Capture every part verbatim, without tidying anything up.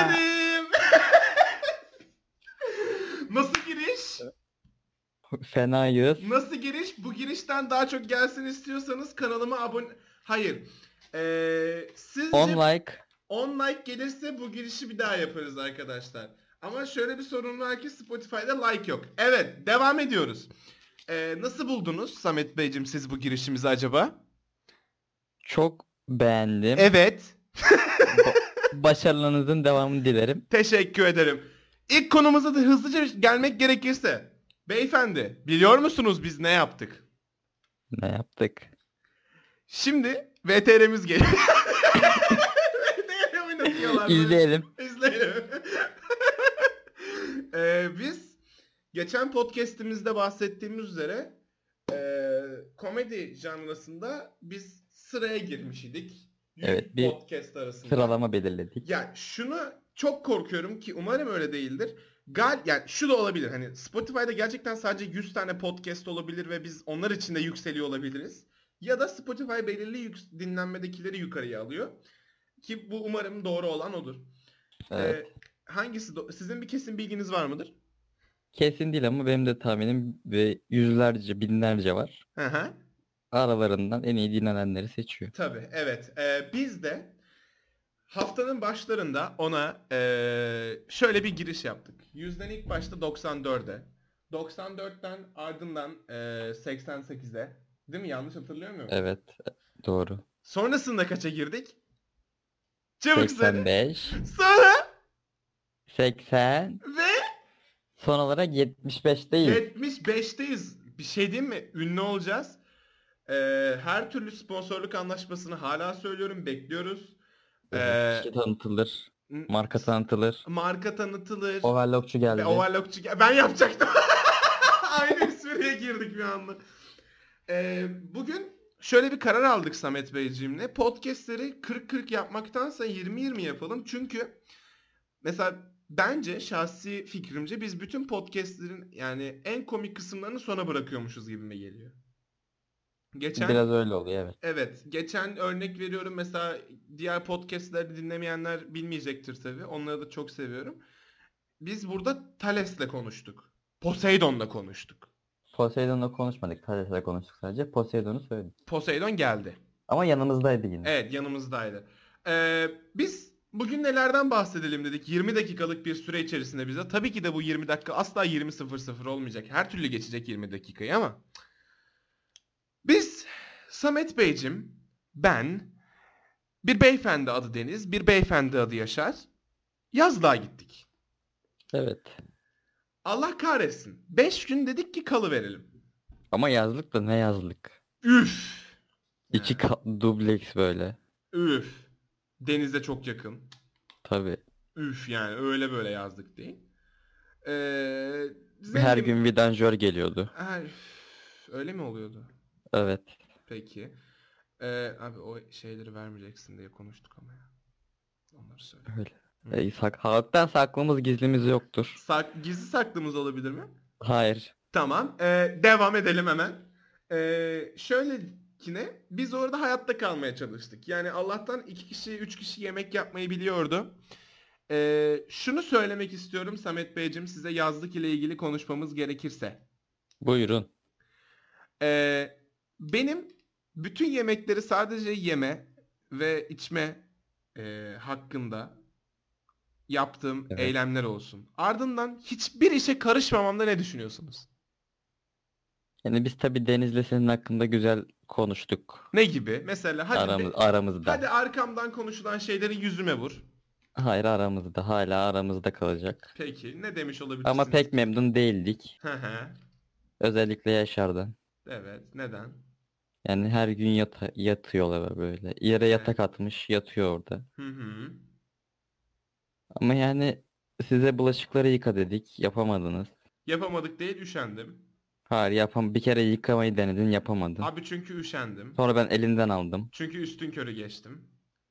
ederim. Nasıl giriş? Fenayız. Nasıl giriş? Bu girişten daha çok gelsin istiyorsanız kanalıma abone... Hayır. Ee, sizce... on like. on like gelirse bu girişi bir daha yaparız arkadaşlar. Ama şöyle bir sorun var ki Spotify'da like yok. Evet, devam ediyoruz. Ee, nasıl buldunuz Samet Beyciğim siz bu girişimizi acaba? Çok beğendim. Evet. Ba- başarılarınızın devamını dilerim. Teşekkür ederim. İlk konumuza da hızlıca gelmek gerekirse. Beyefendi, biliyor musunuz biz ne yaptık? Ne yaptık? Şimdi V T R'miz geliyor. V T R oynatıyorlar. İzleyelim. İzleyelim. ee, biz geçen podcast'imizde bahsettiğimiz üzere e, komedi janrasında biz sıraya girmiş idik. Evet, bir podcast arasında. Sıralama belirledik. Ya şunu çok korkuyorum ki umarım öyle değildir. Gal yani şu da olabilir. Hani Spotify'da gerçekten sadece yüz tane podcast olabilir ve biz onlar için de yükseliyor olabiliriz. Ya da Spotify belirli yük- dinlenmedekileri yukarıya alıyor. Ki bu umarım doğru olan odur. Evet. Ee, hangisi do- sizin bir kesin bilginiz var mıdır? Kesin değil ama benim de tahminim ve yüzlerce, binlerce var. Hı hı. Aralarından en iyi dinlenenleri seçiyor. Tabii evet. Ee, biz de haftanın başlarında ona ee, şöyle bir giriş yaptık. Yüzden ilk başta doksan dörde. doksan dörtten ardından ee, seksen sekize. Değil mi? Yanlış hatırlıyor muyum? Evet, doğru. Sonrasında kaça girdik? Çabuk söyle. seksen beş, Sonra seksen ve son olarak yetmiş beşteyiz. yetmiş beşteyiz. Bir şey diyeyim mi? Ünlü olacağız. Ee, her türlü sponsorluk anlaşmasını hala söylüyorum. Bekliyoruz. Ee, Kişi tanıtılır, marka tanıtılır, marka tanıtılır. overlockçu geldi. Ve overlockçu gel- Ben yapacaktım. Aynı espriye girdik bir anda. Ee, bugün şöyle bir karar aldık Samet Beyciğimle. Podcast'leri kırk kırk yapmaktansa yirmi yirmi yapalım. Çünkü mesela bence şahsi fikrimce biz bütün podcast'lerin yani en komik kısımlarını sona bırakıyormuşuz gibime geliyor. Geçen Biraz öyle oluyor, evet. Evet, geçen örnek veriyorum mesela diğer podcast'leri dinlemeyenler bilmeyecektir tabii. Onları da çok seviyorum. Biz burada Thales'le konuştuk. Poseidon'la konuştuk. Poseidon'la konuşmadık. Thales'le konuştuk sadece. Poseidon'u söyledik. Poseidon geldi. Ama yanımızdaydı yine. Evet, yanımızdaydı. Ee, biz bugün nelerden bahsedelim dedik. yirmi dakikalık bir süre içerisinde bize. Tabii ki de bu yirmi dakika asla yirmi sıfır sıfır olmayacak. Her türlü geçecek yirmi dakikayı ama. Biz Samet Beyciğim, ben, bir beyefendi adı Deniz, bir beyefendi adı Yaşar. Yazlığa gittik. Evet. Allah kahretsin. beş gün dedik ki kalıverelim. Ama yazlık da ne yazlık? Üf. İki kat dubleks böyle. Üf. Denize çok yakın. Tabii. Üf yani öyle böyle yazdık değil. Ee, Her zengin- gün vidanjör geliyordu. Ha, üf, öyle mi oluyordu? Evet. Peki. Ee, abi o şeyleri vermeyeceksin diye konuştuk ama ya. Onları söyle. Öyle. Hı. E, sak halktan saklımız gizlimiz yoktur. Sak gizli saklımız olabilir mi? Hayır. Tamam. Ee, devam edelim hemen. Ee, şöyle ki ne? Biz orada hayatta kalmaya çalıştık. Yani Allah'tan iki kişi, üç kişi yemek yapmayı biliyordu. Ee, şunu söylemek istiyorum Samet Beyciğim size yazlık ile ilgili konuşmamız gerekirse. Buyurun. Ee, benim bütün yemekleri sadece yeme ve içme e, hakkında yaptığım Evet. eylemler olsun. Ardından hiçbir işe karışmamamda ne düşünüyorsunuz? Yani biz tabii Deniz'le senin hakkında güzel konuştuk. Ne gibi? Mesela hadi Aramız, de- aramızda. hadi arkamdan konuşulan şeyleri yüzüme vur. Hayır, aramızda. Hala aramızda kalacak. Peki ne demiş olabilirsiniz? Ama pek memnun değildik. Hı hı. Özellikle Yaşar'dan. Evet. Neden? Yani her gün yata yatıyorlar böyle. Yere yatak atmış, yatıyor orada. Hı hı. Ama yani size bulaşıkları yıka dedik, yapamadınız. Yapamadık değil, üşendim. Hayır, yapam bir kere yıkamayı denedin, yapamadın. Abi çünkü üşendim. Sonra ben elinden aldım. Çünkü üstün körü geçtim.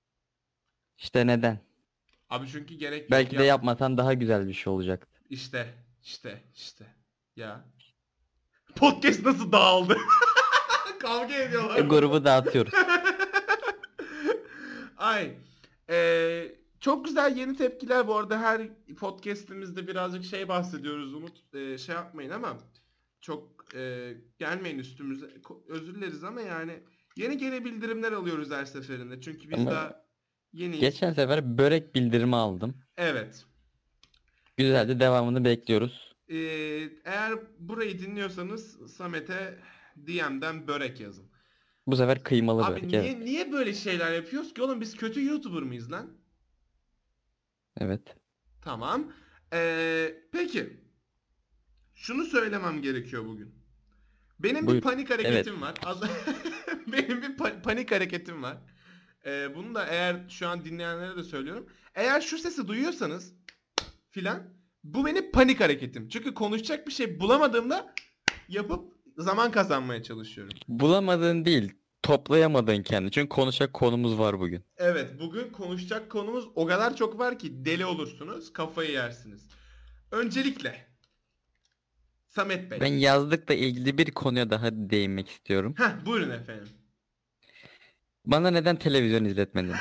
İşte neden? Abi çünkü gerek yok. Belki de Yap- yapmasan daha güzel bir şey olacaktı. İşte, işte, işte. Ya. Podcast nasıl dağıldı? Kavga ediyorlar. E, grubu dağıtıyoruz. Ay. Ee, Çok güzel yeni tepkiler bu arada, her podcast'imizde birazcık şey bahsediyoruz Umut. Ee, şey yapmayın ama çok e, gelmeyin üstümüze. Ko- Özür dileriz ama yani yeni geri bildirimler alıyoruz her seferinde. Çünkü biz Ama daha yeniyiz. geçen sefer börek bildirimi aldım. Evet. Güzeldi, devamını bekliyoruz. Ee, eğer burayı dinliyorsanız Samet'e D M'den börek yazın. Bu sefer kıymalı Abi börek. niye Evet. niye böyle şeyler yapıyoruz ki oğlum, biz kötü YouTuber mıyız lan? Evet. Tamam. Ee, peki. Şunu söylemem gerekiyor bugün. Benim bir Buyur. panik Evet. hareketim var. Az- Benim bir pa- panik hareketim var. Ee, bunu da eğer şu an dinleyenlere de söylüyorum. Eğer şu sesi duyuyorsanız filan, bu benim panik hareketim. Çünkü konuşacak bir şey bulamadığımda yapıp zaman kazanmaya çalışıyorum. Bulamadığın değil, toplayamadığın kendi. Çünkü konuşacak konumuz var bugün. Evet, bugün konuşacak konumuz o kadar çok var ki deli olursunuz, kafayı yersiniz. Öncelikle Samet Bey. Ben yazdıkla ilgili bir konuya daha değinmek istiyorum. Heh, buyurun efendim. Bana neden televizyon izletmedin?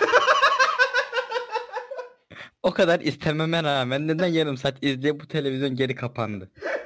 O kadar istememe rağmen neden yarım saat izleyip bu televizyon geri kapandı?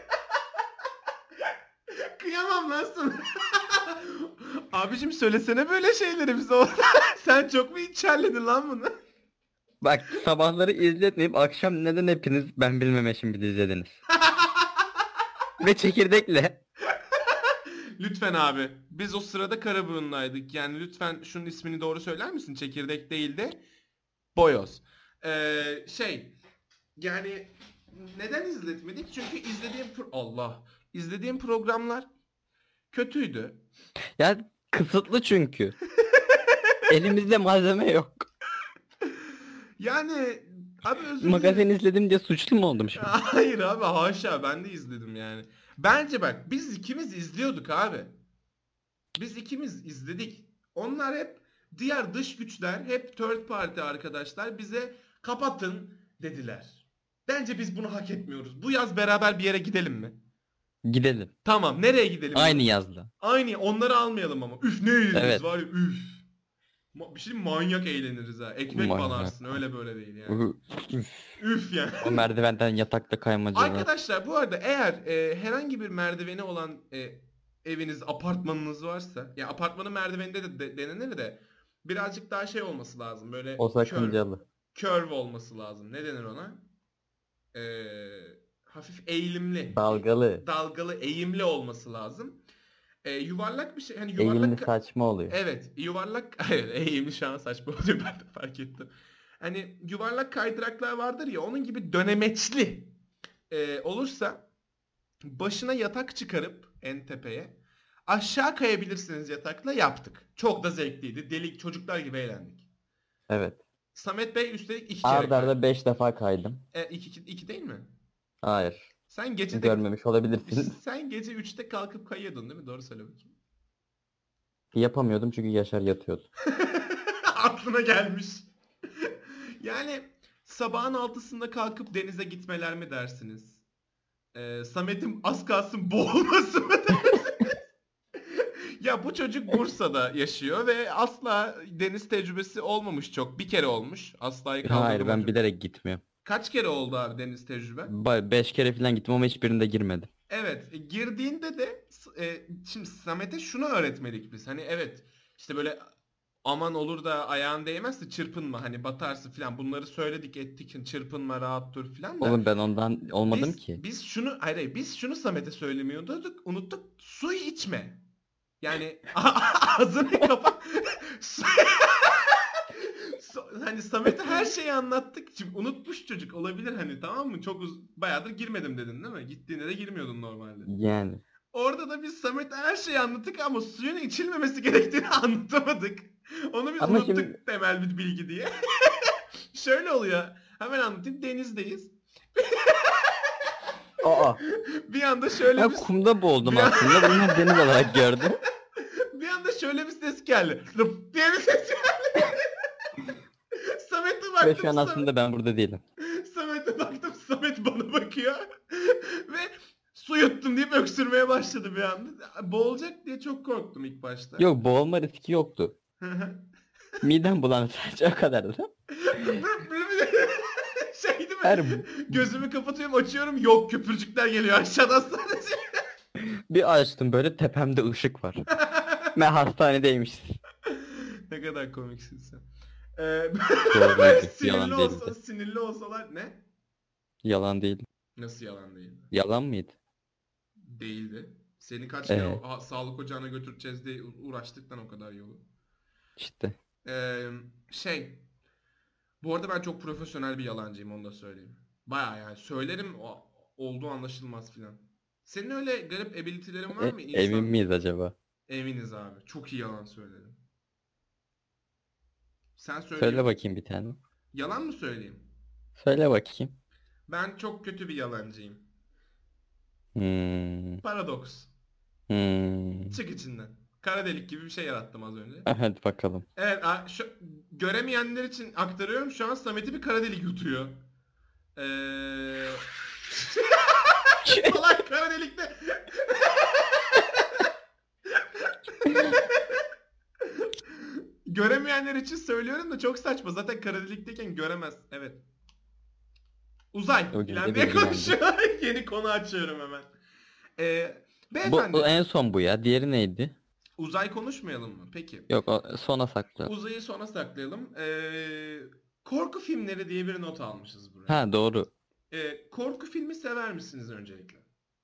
Kıyamam lan sana. Abicim söylesene böyle şeyleri bize. Sen çok mu içerledin lan bunu? Bak, sabahları izletmeyip akşam neden hepiniz ben bilmem şimdi izlediniz? Ve çekirdekle. Lütfen abi. Biz o sırada Karaburun'daydık. Yani lütfen şunun ismini doğru söyler misin? Çekirdek değil de Boyoz. Ee, şey yani neden izletmedik? Çünkü izlediğim pro- Allah izlediğim programlar kötüydü. Ya kısıtlı çünkü. Elimizde malzeme yok. Yani abi özür dilerim. Magazin izledim diye suçlu mu oldum şimdi? Hayır abi, haşa, ben de izledim yani. Bence bak, biz ikimiz izliyorduk abi. Biz ikimiz izledik. Onlar hep, diğer dış güçler, hep third party arkadaşlar bize kapatın dediler. Bence biz bunu hak etmiyoruz. Bu yaz beraber bir yere gidelim mi? Gidelim. Tamam, nereye gidelim? Aynı yazda. Aynı, onları almayalım ama. Üf, ne eğleniriz Evet. var ya, üf. Ma- Bir şey diyeyim, manyak eğleniriz ha. Ekmek Manyak. balarsın, öyle böyle değil yani. Üf. Üf yani. O merdivenden yatakta kaymacalar. Arkadaşlar bu arada eğer e, herhangi bir merdiveni olan e, eviniz, apartmanınız varsa, ya apartmanın merdiveninde de, de denenir de birazcık daha şey olması lazım. Böyle O curve, sakıncalı. curve olması lazım. Ne denir ona? Ee, hafif eğilimli. Dalgalı. Dalgalı, eğimli olması lazım. Ee, yuvarlak bir şey. Hani Eğimli yuvarlak saçma oluyor. Evet, yuvarlak hayır, eğimli şu an saçma oluyor, ben de fark ettim. Hani yuvarlak kaydıraklar vardır ya, onun gibi dönemeçli e, olursa başına yatak çıkarıp en tepeye aşağı kayabilirsiniz yatakla, yaptık. Çok da zevkliydi. Deli çocuklar gibi eğlendik. Evet. Samet Bey üstelik iki kere Arda kaydı. arda beş defa kaydım. E, iki, iki, iki değil mi? Hayır. Sen gece de, Görmemiş olabilirsin. sen gece üçte kalkıp kayıyordun değil mi? Doğru söyle bakayım. Yapamıyordum çünkü Yaşar yatıyordu. Aklına gelmiş. Yani sabahın altısında kalkıp denize gitmeler mi dersiniz? Ee, Samet'in az kalsın boğulması mı dersiniz? Ya bu çocuk Bursa'da yaşıyor ve asla deniz tecrübesi olmamış çok. Bir kere olmuş. Aslayı kaldırdım. Hayır, ben hocam. bilerek gitmiyorum. Kaç kere oldu abi deniz tecrübe? Ba- Beş kere falan gittim ama hiçbirinde girmedim. Evet, e, girdiğinde de e, şimdi Samet'e şunu öğretmedik biz. Hani evet, işte böyle aman olur da ayağın değmezse çırpınma, hani batarsın falan, bunları söyledik ettik, çırpınma, rahat dur falan da. Oğlum ben ondan olmadım biz, ki. Biz şunu hayır, hayır biz şunu Samet'e söylemiyorduk, unuttuk, su içme. Yani ağzını kapa. Su- Su- hani Samet'e her şeyi anlattık. Şimdi unutmuş çocuk olabilir hani, tamam mı? Çok uz bayağıdır girmedim dedin değil mi? Gittiğinde de girmiyordun normalde. Yani. Orada da biz Samet'e her şeyi anlattık ama suyun içilmemesi gerektiğini anlatamadık. Onu biz Ama unuttuk, şimdi- temel bir bilgi diye. Şöyle oluyor. Hemen anlatayım. Denizdeyiz. Aa. Bir anda şöyle Ben bir kumda boğuldum Bir- aslında. Bunlar deniz olarak gördüm. bir anda şöyle bir ses geldi. Lıp diye bir ses geldi. Samet'e Ve baktım. şu an Samet- aslında ben burada değilim. Samet'e baktım. Samet bana bakıyor. Ve su yuttum deyip öksürmeye başladı bir anda. Boğulacak diye çok korktum ilk başta. Yok, boğulma riski yoktu. Midem bulanır sadece o kadar da. Şey değil mi? Her Gözümü kapatıyorum açıyorum yok köpürcükler geliyor aşağıdan sadece. bir açtım böyle tepemde ışık var. Ben hastanedeymişiz. Ne kadar komiksin sen. Ee, Doğruydu. böyle Yalan sinirli olsa, değildi. sinirli olsalar ne? Yalan değil. Nasıl yalan değildi? Yalan mıydı? Değildi. Seni kaç kere Ee, o- ha- sağlık ocağına götüreceğiz diye u- uğraştıktan o kadar yolu. işte. Ee, şey, bu arada ben çok profesyonel bir yalancıyım onu da söyleyeyim. Baya yani söylerim o, olduğu anlaşılmaz filan. Senin öyle garip ability'lerin var E, mı emin insan? miyiz acaba? Eminiz abi. Çok iyi yalan söylerim. Sen söylüyor Söyle musun? bakayım bir tane. Yalan mı söyleyeyim? Söyle bakayım. Ben çok kötü bir yalancıyım. Hmm. Paradoks. Hmm. Çık içinden. Kara delik gibi bir şey yarattım az önce. Ah, hadi bakalım. Evet, a- şu, göremeyenler için aktarıyorum. Şu an Samet'i bir kara delik yutuyor. Eee... Salak kara delikte. Göremeyenler için söylüyorum da çok saçma. Zaten kara delikteyken göremez. Evet. Uzay. O gün de Bilen diye bilgilendim. konuşuyor. Yeni konu açıyorum hemen. Ee, Bu, beyefendi. bu en son bu ya. Diğeri neydi? Uzay konuşmayalım mı? Peki. Yok o sona saklı. Uzayı sona saklayalım. Ee, korku filmleri diye bir not almışız buraya. Ha doğru. Ee, korku filmi sever misiniz öncelikle?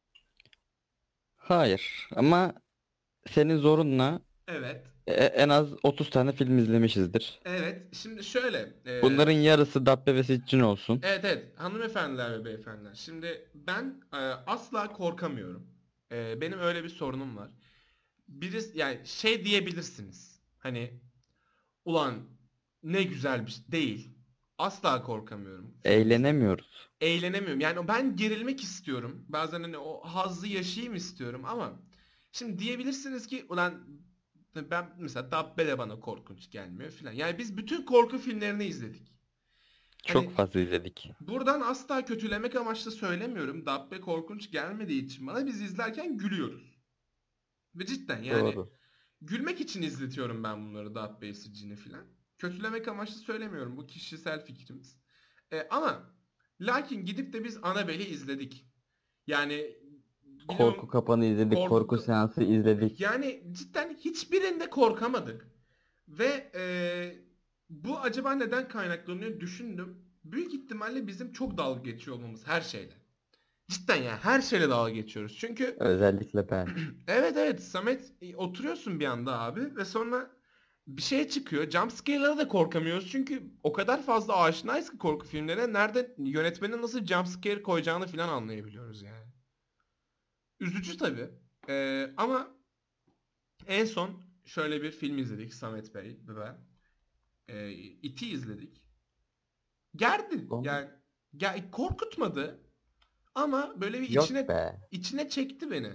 Hayır ama senin zorunla Evet. e- en az otuz tane film izlemişizdir. Evet. Şimdi şöyle. e, Bunların yarısı Dabbe ve Siccin olsun. Evet evet. Hanımefendiler ve beyefendiler. Şimdi ben e, asla korkamıyorum. E, benim öyle bir sorunum var. Birisi yani şey diyebilirsiniz. Hani ulan ne güzel bir şey. Değil. Asla korkamıyorum. Film izle- Eğlenemiyoruz. Eğlenemiyorum. Yani ben gerilmek istiyorum. Bazen hani o hazzı yaşayayım istiyorum ama şimdi diyebilirsiniz ki ulan ben mesela Dabbe de bana korkunç gelmiyor filan. Yani biz bütün korku filmlerini izledik. Çok Hani fazla izledik. buradan asla kötülemek amaçlı söylemiyorum. Dabbe korkunç gelmediği için bana biz izlerken gülüyoruz. Ve cidden yani Doğru. gülmek için izletiyorum ben bunları Dabbe Sicini filan. Kötülemek amaçlı söylemiyorum. Bu kişisel fikrimiz. E, ama lakin gidip de biz Annabelle'i izledik. Yani Korku biliyorum kapanı izledik. korku Korku seansı izledik. yani cidden hiçbirinde korkamadık. Ve e, bu acaba neden kaynaklanıyor düşündüm. Büyük ihtimalle bizim çok dalga geçiyor olmamız her şeyle. Cidden ya her şeyle dalga geçiyoruz. Çünkü Özellikle ben. evet evet Samet e, oturuyorsun bir anda abi ve sonra bir şey çıkıyor. Jumpscare'lara da korkamıyoruz. Çünkü o kadar fazla aşinayız ki korku filmlerine. Nerede yönetmenin nasıl jumpscare koyacağını falan anlayabiliyoruz yani. Üzücü tabii. E, ama en son şöyle bir film izledik Samet Bey ve ben. E, İti izledik. Gerdi. Doğru. Yani ya, korkutmadı ama böyle bir Yok içine be. içine çekti beni.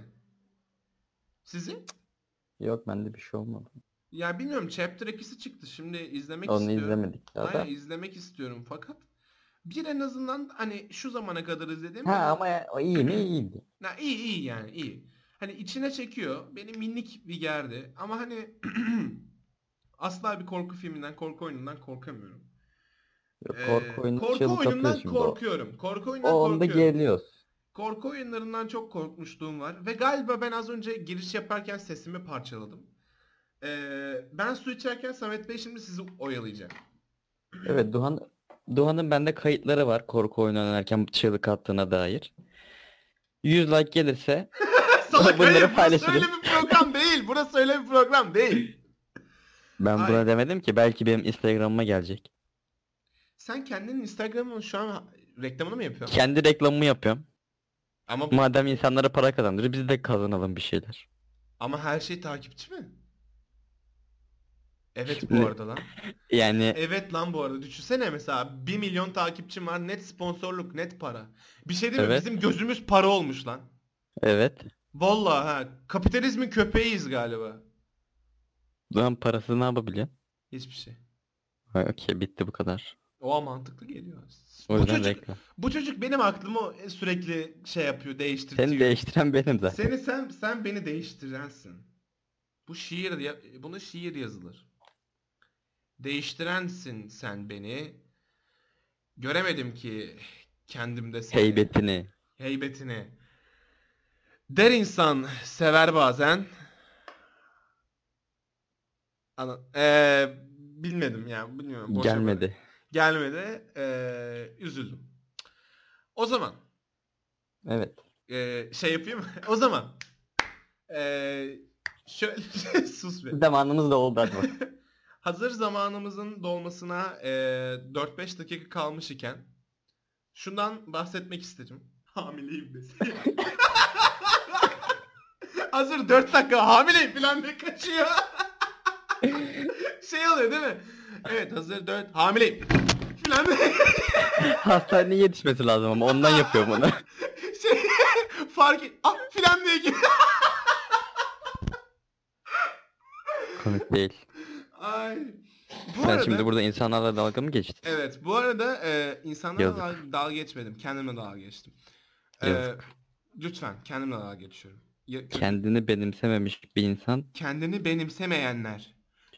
Sizi? Yok bende bir şey olmadı. Ya bilmiyorum Chapter ikisi çıktı. Şimdi izlemek Onu istiyorum. izlemedik daha Aynen da. izlemek istiyorum fakat bir en azından hani şu zamana kadar izlediğim Ha beni ama ya- o iyi mi iyiydi. ha, iyi iyi yani iyi. Hani içine çekiyor. Beni minik bir gerdi ama hani asla bir korku filminden, korku oyunundan korkamıyorum. Yok, korku Ee, oyunu korku çığlık atıyor oyunundan şimdi o. korkuyorum. Korku O oyundan onda korkuyorum. geriliyoruz. Korku oyunlarından çok korkmuşluğum var. Ve galiba ben az önce giriş yaparken sesimi parçaladım. Ee, ben su içerken Samet Bey şimdi sizi oyalayacak. Evet Duhan Duhan'ın bende kayıtları var korku oyunu oynarken çığlık attığına dair. yüz like gelirse Salak bunları hayır burası paylaşırız. öyle bir program değil. Burası öyle bir program değil. Ben Ay. buna demedim ki belki benim Instagram'ıma gelecek. Sen kendinin Instagram'ın şu an reklamını mı yapıyorsun? Kendi reklamımı yapıyorum. Ama Madem insanlara para kazandırır biz de kazanalım bir şeyler. ama her şey takipçi mi? Evet Şimdi- bu arada lan. Yani Evet lan bu arada. Düşünsene mesela bir milyon takipçim var. Net sponsorluk, net para. Bir şey değil mi? Evet. Bizim gözümüz para olmuş lan. evet. Vallahi ha. Kapitalizmin köpeğiyiz galiba. Duhan parası ne yapabiliyor? Hiçbir şey. Ha, okey bitti bu kadar. O mantıklı geliyor. O Bu yüzden çocuk, reklam. bu çocuk benim aklımı sürekli şey yapıyor, değiştirtiyor. Seni değiştiren benim zaten. Seni sen sen beni değiştirensin. Bu şiir ya- buna şiir yazılır. Değiştirensin sen beni. Göremedim ki kendimde seni. Heybetini. Heybetini. Der insan sever bazen. Ana, eee, bilmedim ya. Bilmiyorum. Boşa böyle. Gelmedi. Gelmedi. Eee, üzüldüm. O zaman Evet. eee, şey yapayım. O zaman eee, şöyle sus be. Zamanımız da oldu hadi bak. Hazır zamanımızın dolmasına eee dört beş dakika kalmış iken şundan bahsetmek isterim. Hamileyim de. Hazır dört dakika hamileyim falan diye kaçıyor. Şey oluyor değil mi? Evet hazır dört hamileyim falan diye. Hastaneye yetişmesi lazım ama ondan yapıyorum onu. Şey fark et. Ah falan diye gibi. Komik değil. Ay. Bu Sen arada, şimdi burada insanlarla dalga mı geçtin? evet bu arada e, insanlara Yazık. dalga, dalga geçmedim. Kendime dalga geçtim. E, Yazık. lütfen kendimle dalga geçiyorum. Ya- Kendini benimsememiş bir insan Kendini benimsemeyenler.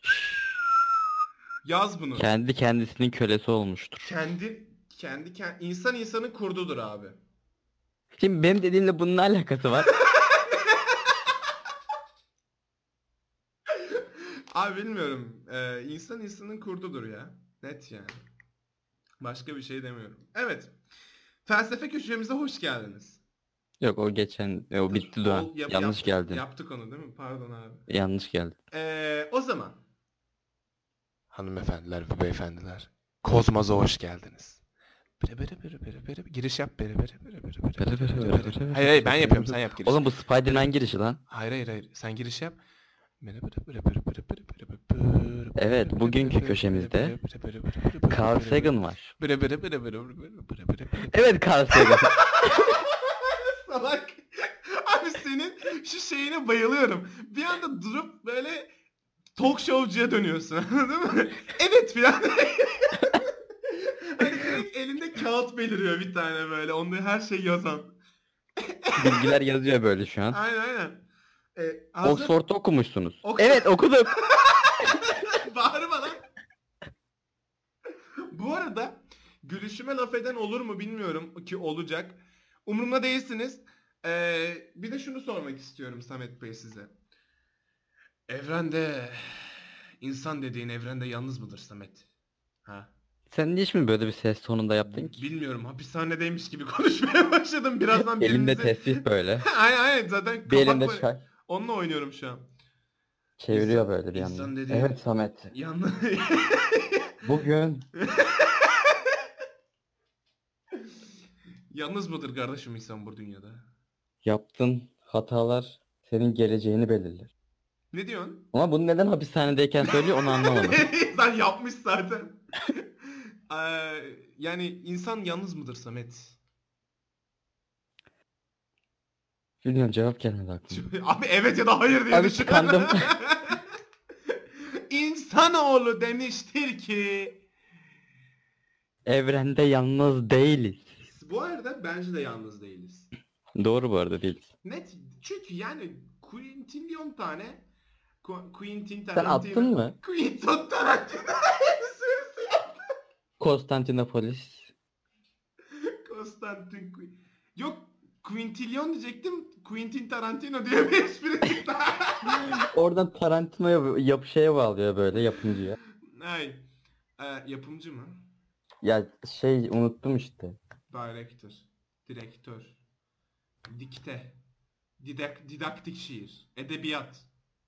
Yaz bunu. kendi kendisinin kölesi olmuştur. Kendi kendi kendi insan insanın kurdudur abi. Şimdi benim dediğimle bunun ne alakası var? Abi bilmiyorum. Ee, insan insanın kurdudur ya. Net yani. Başka bir şey demiyorum. Evet. Felsefe köşemize hoş geldiniz. Yok o geçen e, o bitti Dur, Doğan. ol- yap- Yanlış yap- geldin. Yaptık onu değil mi? Pardon abi. Yanlış geldin. Ee, o zaman. Hanımefendiler ve beyefendiler. Kozmaz'a hoş geldiniz. Bire bire bire bire bire. Giriş yap bire bire bire bire bire Bire bire bire bire bire. bire Hayır hayır ben yapıyorum sen yap giriş. Oğlum bu Spider-Man girişi lan. Hayır hayır hayır sen giriş yap. Bire bire bire bire bire bire bire bire. Evet, bugünkü köşemizde Carl Sagan var. Bire bire bire bire bire bire bire bire. Evet Carl Sagan. Salak. Abi senin şu şeyine bayılıyorum. Bir anda durup böyle talk show'cuya dönüyorsun. Anladın mı? Evet filan. Hani direkt elinde kağıt beliriyor bir tane böyle. Onda her şey yazan. Bilgiler yazıyor böyle şu an. Aynen aynen. Ee, hazır... Oxford'da okumuşsunuz. Oxford- Evet okuduk. Bağırma lan. Bu arada gülüşüme laf eden olur mu bilmiyorum ki olacak. Umurumda değilsiniz. Ee, bir de şunu sormak istiyorum Samet Bey size. Evrende insan dediğin evrende yalnız mıdır Samet? Ha? Sen niye şimdi böyle bir ses tonunda yaptın ki? Bilmiyorum. Hapishanedeymiş gibi konuşmaya başladım. Birazdan Elimde birinizi... tesbih böyle. aynen aynen zaten Bir elimde kapak- çay. Onunla oynuyorum şu an. Çeviriyor İnsan- böyle bir insan yandan. dediğin- Evet Samet. Yalnız... Bugün Yalnız mıdır kardeşim insan bu dünyada? yaptığın hatalar senin geleceğini belirler. Ne diyorsun? Ama bunu neden hapishanedeyken söylüyor onu anlamadım. Sen yapmış zaten. Ee, yani insan yalnız mıdır Samet? Bilmiyorum cevap gelmedi aklıma. Abi evet ya da hayır diye Abi düşün. tıkandım. İnsanoğlu demiştir ki. Evrende yalnız değiliz. Bu arada bence de yalnız değiliz. Doğru bu arada değiliz. Net çünkü yani quintilyon tane Qu- Quentin Sen Tarantino. attın mı? Quentin Tarantino. Konstantinopolis. Konstantin Qu- Yok Quintilyon diyecektim. Quentin Tarantino diye bir espri çıktı. Oradan Tarantino'ya yap şeye bağlıyor böyle yapımcıya. Ay. Ee, yapımcı mı? Ya şey unuttum işte. Director. Direktör. Dikte. Didak, didaktik şiir. Edebiyat.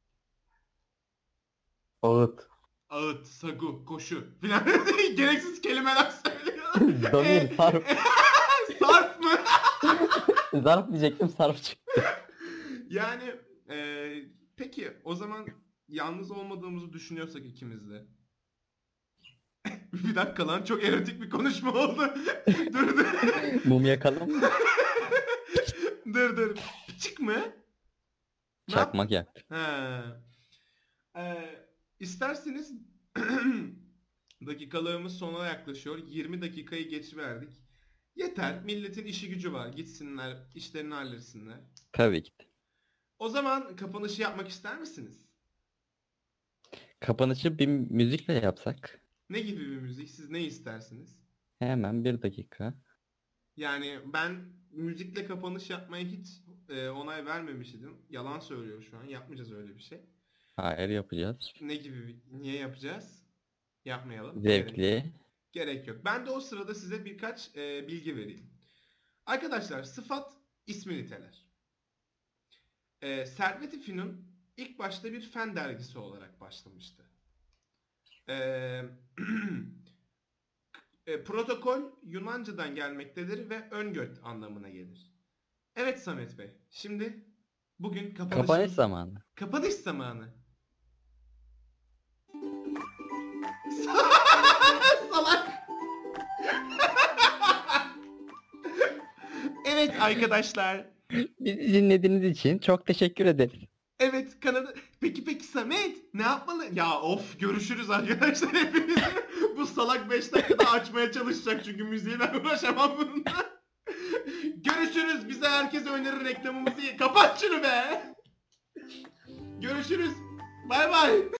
Ağıt. Ağıt, sagu, koşu filan gereksiz kelimeler söylüyor. Damir, sarf. Sarf mı? Zarf diyecektim sarf çıktı. Yani e, peki o zaman yalnız olmadığımızı düşünüyorsak ikimiz de. Bir dakika lan çok erotik bir konuşma oldu. dur dur. Mum yakalım mı? dur dur. Çık mı? Ne yap- Çakmak yaktı. He. Ee, isterseniz dakikalarımız sona yaklaşıyor. yirmi dakikayı geçiverdik. Yeter. Milletin işi gücü var. Gitsinler, işlerini halletsinler. Tabii ki. O zaman kapanışı yapmak ister misiniz? Kapanışı bir müzikle yapsak. Ne gibi bir müzik? Siz ne istersiniz? Hemen bir dakika. Yani ben müzikle kapanış yapmaya hiç e, onay vermemiştim. Yalan söylüyor şu an. Yapmayacağız öyle bir şey. Hayır, yapacağız. Ne gibi bir- niye yapacağız? Yapmayalım. Gerek, Zevkli. gerek yok. Ben de o sırada size birkaç e, bilgi vereyim. Arkadaşlar, sıfat ismi niteler. E, Servet-i Fünun ilk başta bir fen dergisi olarak başlamıştı. E, e, protokol Yunanca'dan gelmektedir ve öngöt anlamına gelir. Evet Samet Bey, şimdi bugün Kapanış kapanışımız... zamanı. Kapanış zamanı. Salak. Evet arkadaşlar. Bizi dinlediğiniz için çok teşekkür ederiz. Evet kanalı. Peki peki Samet ne yapmalı? Ya of, görüşürüz arkadaşlar hepiniz. Bu salak beş dakikada açmaya çalışacak çünkü müziği ben uğraşamam bununla. Görüşürüz. Bize herkes önerir reklamımızı. Kapat şunu be. Görüşürüz. Bay bay.